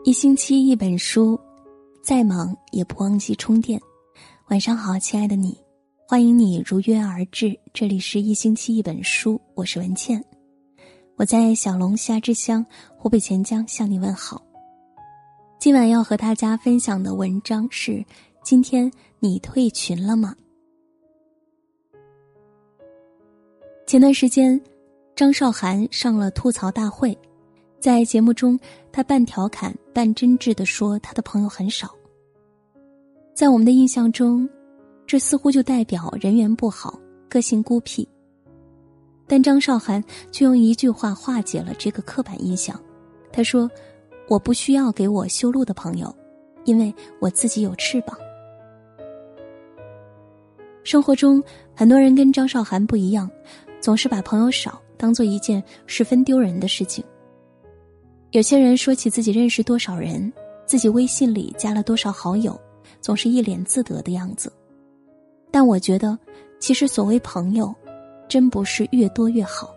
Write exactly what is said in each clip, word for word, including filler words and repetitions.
一星期一本书，再忙也不忘记充电。晚上好，亲爱的你，欢迎你如约而至，这里是一星期一本书，我是文倩。我在小龙虾之乡湖北潜江向你问好。今晚要和大家分享的文章是：今天你退群了吗？前段时间张韶涵上了吐槽大会，在节目中他半调侃半真挚地说他的朋友很少。在我们的印象中，这似乎就代表人缘不好，个性孤僻。但张韶涵却用一句话化解了这个刻板印象。他说，我不需要给我修路的朋友，因为我自己有翅膀。生活中很多人跟张韶涵不一样，总是把朋友少当做一件十分丢人的事情。有些人说起自己认识多少人，自己微信里加了多少好友，总是一脸自得的样子。但我觉得，其实所谓朋友，真不是越多越好。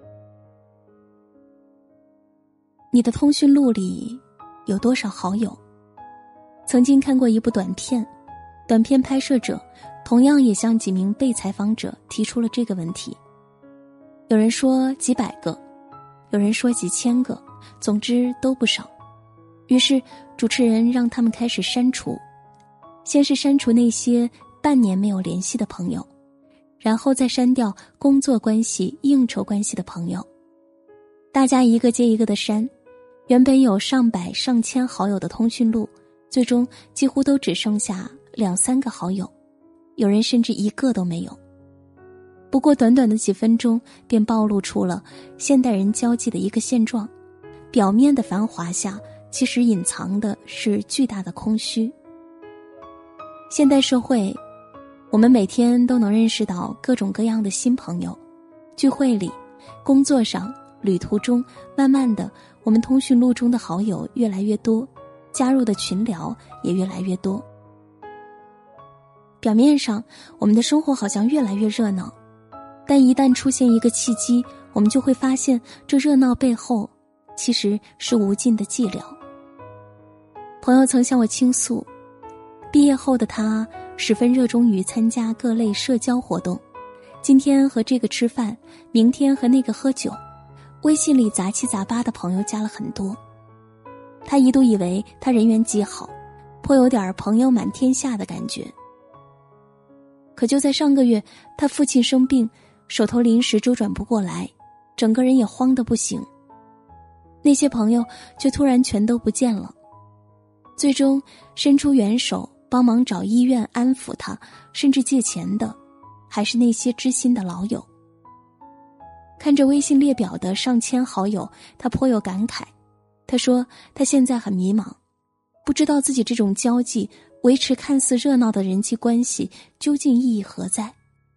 你的通讯录里有多少好友？曾经看过一部短片，短片拍摄者同样也向几名被采访者提出了这个问题。有人说几百个，有人说几千个，总之都不少。于是主持人让他们开始删除，先是删除那些半年没有联系的朋友，然后再删掉工作关系、应酬关系的朋友。大家一个接一个的删，原本有上百上千好友的通讯录，最终几乎都只剩下两三个好友，有人甚至一个都没有。不过短短的几分钟便暴露出了现代人交际的一个现状，表面的繁华下其实隐藏的是巨大的空虚。现代社会，我们每天都能认识到各种各样的新朋友，聚会里、工作上、旅途中，慢慢的我们通讯录中的好友越来越多，加入的群聊也越来越多。表面上我们的生活好像越来越热闹，但一旦出现一个契机，我们就会发现这热闹背后其实是无尽的寂寥。朋友曾向我倾诉，毕业后的他十分热衷于参加各类社交活动，今天和这个吃饭，明天和那个喝酒，微信里杂七杂八的朋友加了很多。他一度以为他人缘极好，颇有点朋友满天下的感觉。可就在上个月，他父亲生病，手头临时周转不过来，整个人也慌得不行。那些朋友就突然全都不见了。最终伸出援手帮忙找医院安抚他，甚至借钱的还是那些知心的老友。看着微信列表的上千好友，他颇有感慨。他说他现在很迷茫，不知道自己这种交际维持看似热闹的人际关系究竟意义何在。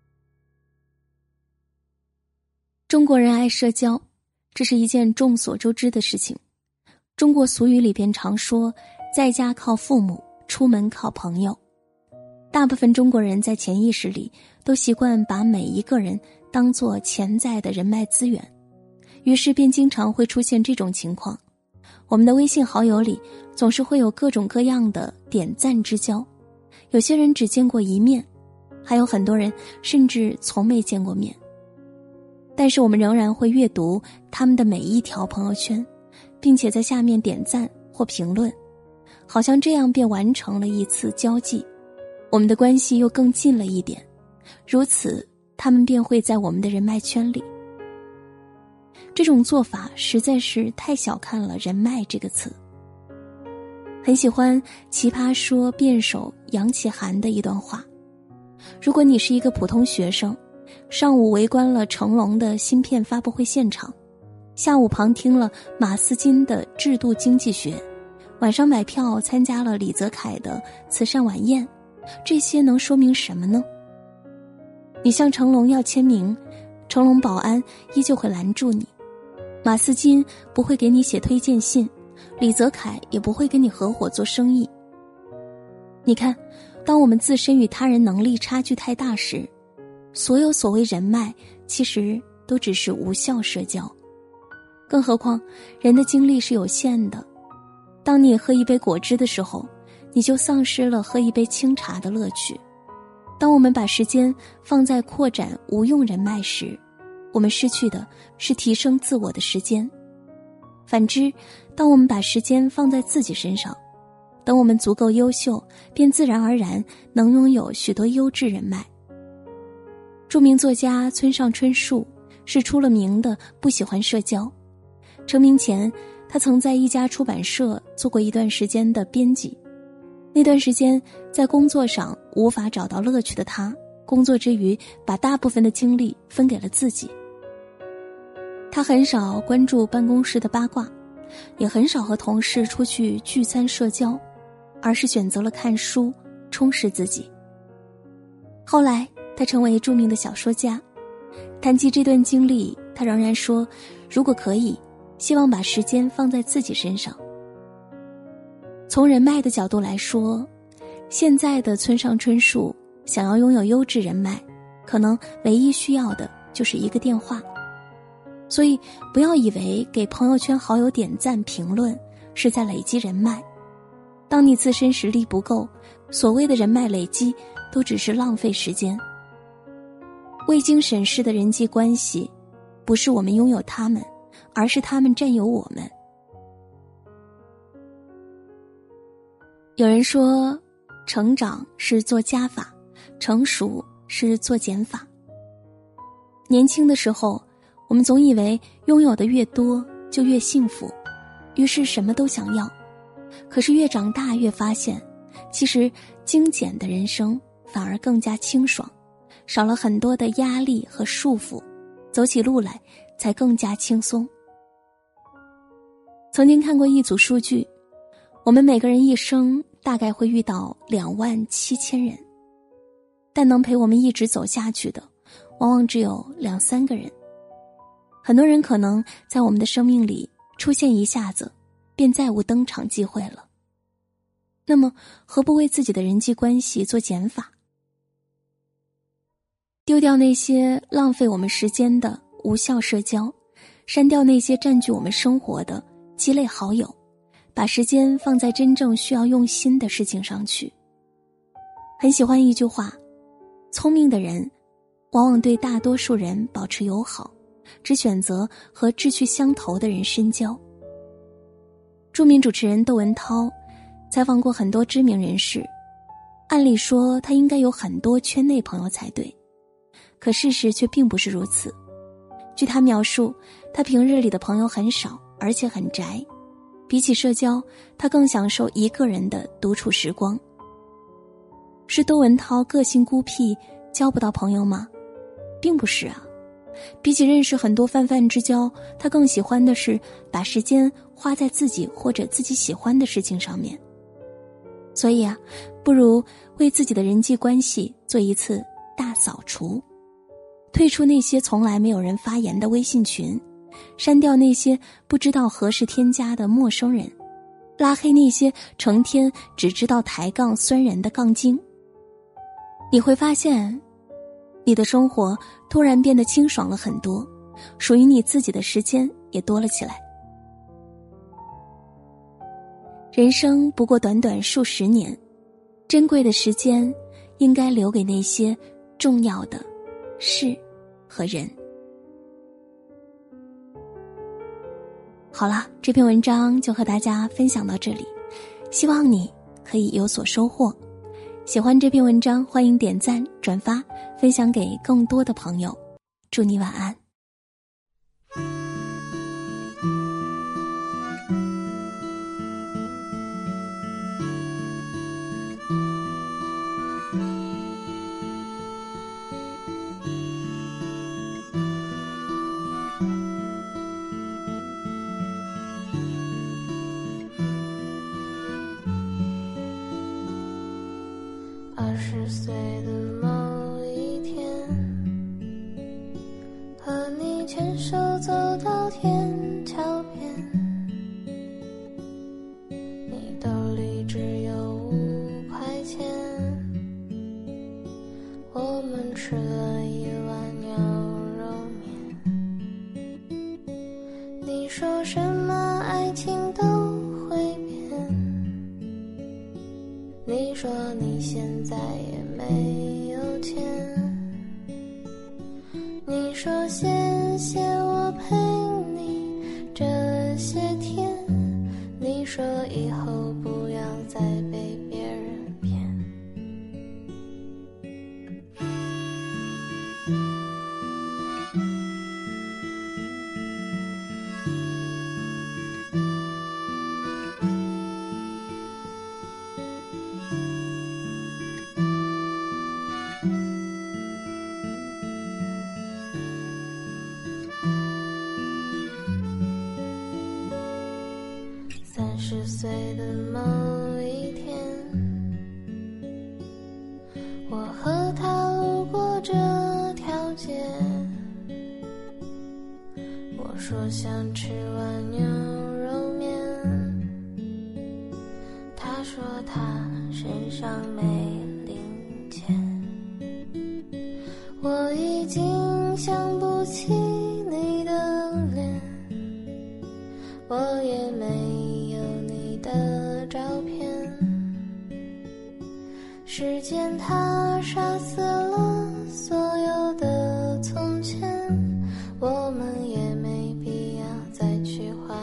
中国人爱社交，这是一件众所周知的事情。中国俗语里边常说，在家靠父母，出门靠朋友。大部分中国人在潜意识里都习惯把每一个人当作潜在的人脉资源，于是便经常会出现这种情况。我们的微信好友里总是会有各种各样的点赞之交，有些人只见过一面，还有很多人甚至从没见过面。但是我们仍然会阅读他们的每一条朋友圈，并且在下面点赞或评论，好像这样便完成了一次交际，我们的关系又更近了一点，如此他们便会在我们的人脉圈里。这种做法实在是太小看了人脉这个词。很喜欢奇葩说辩手杨奇涵的一段话，如果你是一个普通学生，上午围观了成龙的芯片发布会现场，下午旁听了马斯金的制度经济学，晚上买票参加了李泽楷的慈善晚宴，这些能说明什么呢？你向成龙要签名，成龙保安依旧会拦住你，马斯金不会给你写推荐信，李泽楷也不会跟你合伙做生意。你看，当我们自身与他人能力差距太大时，所有所谓人脉其实都只是无效社交。更何况人的精力是有限的， 当你喝一杯果汁的时候，你就丧失了喝一杯清茶的乐趣。当我们把时间放在扩展无用人脉时，我们失去的是提升自我的时间。反之，当我们把时间放在自己身上，等我们足够优秀，便自然而然能拥有许多优质人脉。著名作家村上春树是出了名的不喜欢社交。成名前，他曾在一家出版社做过一段时间的编辑。那段时间，在工作上无法找到乐趣的他，工作之余把大部分的精力分给了自己。他很少关注办公室的八卦，也很少和同事出去聚餐社交，而是选择了看书，充实自己。后来，他成为著名的小说家。谈及这段经历，他仍然说，如果可以，希望把时间放在自己身上。从人脉的角度来说，现在的村上春树想要拥有优质人脉，可能唯一需要的就是一个电话。所以不要以为给朋友圈好友点赞评论是在累积人脉，当你自身实力不够，所谓的人脉累积都只是浪费时间。未经审视的人际关系，不是我们拥有他们，而是他们占有我们。有人说，成长是做加法，成熟是做减法。年轻的时候，我们总以为拥有的越多就越幸福，于是什么都想要。可是越长大越发现，其实精简的人生反而更加清爽，少了很多的压力和束缚，走起路来才更加轻松。曾经看过一组数据，我们每个人一生大概会遇到两万七千人，但能陪我们一直走下去的，往往只有两三个人。很多人可能在我们的生命里出现一下子，便再无登场机会了。那么，何不为自己的人际关系做减法？丢掉那些浪费我们时间的无效社交，删掉那些占据我们生活的鸡肋好友，把时间放在真正需要用心的事情上去。很喜欢一句话，聪明的人往往对大多数人保持友好，只选择和志趣相投的人深交。著名主持人窦文涛采访过很多知名人士，按理说他应该有很多圈内朋友才对，可事实却并不是如此。据他描述，他平日里的朋友很少，而且很宅。比起社交，他更享受一个人的独处时光。是窦文涛个性孤僻，交不到朋友吗？并不是啊。比起认识很多泛泛之交，他更喜欢的是把时间花在自己或者自己喜欢的事情上面。所以啊，不如为自己的人际关系做一次大扫除，退出那些从来没有人发言的微信群，删掉那些不知道何时添加的陌生人，拉黑那些成天只知道抬杠酸人的杠精。你会发现，你的生活突然变得清爽了很多，属于你自己的时间也多了起来。人生不过短短数十年，珍贵的时间应该留给那些重要的事和人。好了，这篇文章就和大家分享到这里，希望你可以有所收获。喜欢这篇文章，欢迎点赞、转发，分享给更多的朋友。祝你晚安。 二十岁的某一天，和你牵手走到天桥边，你兜里只有五块钱，我们吃了一碗牛肉面。你说什么爱情都会变， 现在也没有钱。你说谢谢我陪你这些天，你说以后不要再被别人骗。三十岁的某一天，我和他路过这条街，我说想吃碗牛肉面，他说他身上没零钱。我已经想不起你的脸，我也没的照片，时间它杀死了所有的从前，我们也没必要再去怀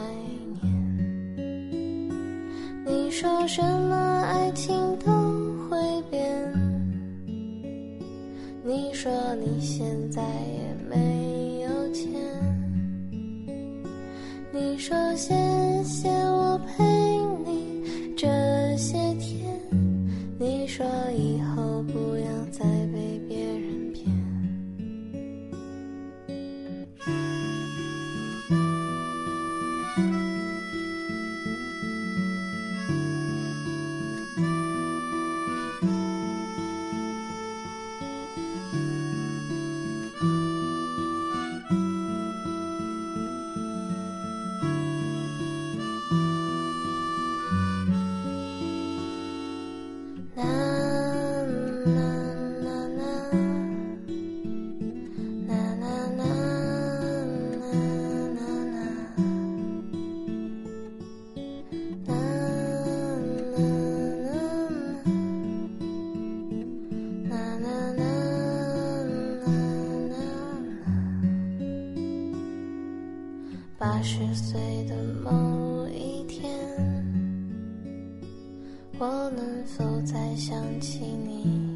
念。你说什么爱情都会变，你说你现在也没有钱，你说谢谢我陪你这些天，你说以后不要再被别人骗。八十岁的某一天，我能否再想起你？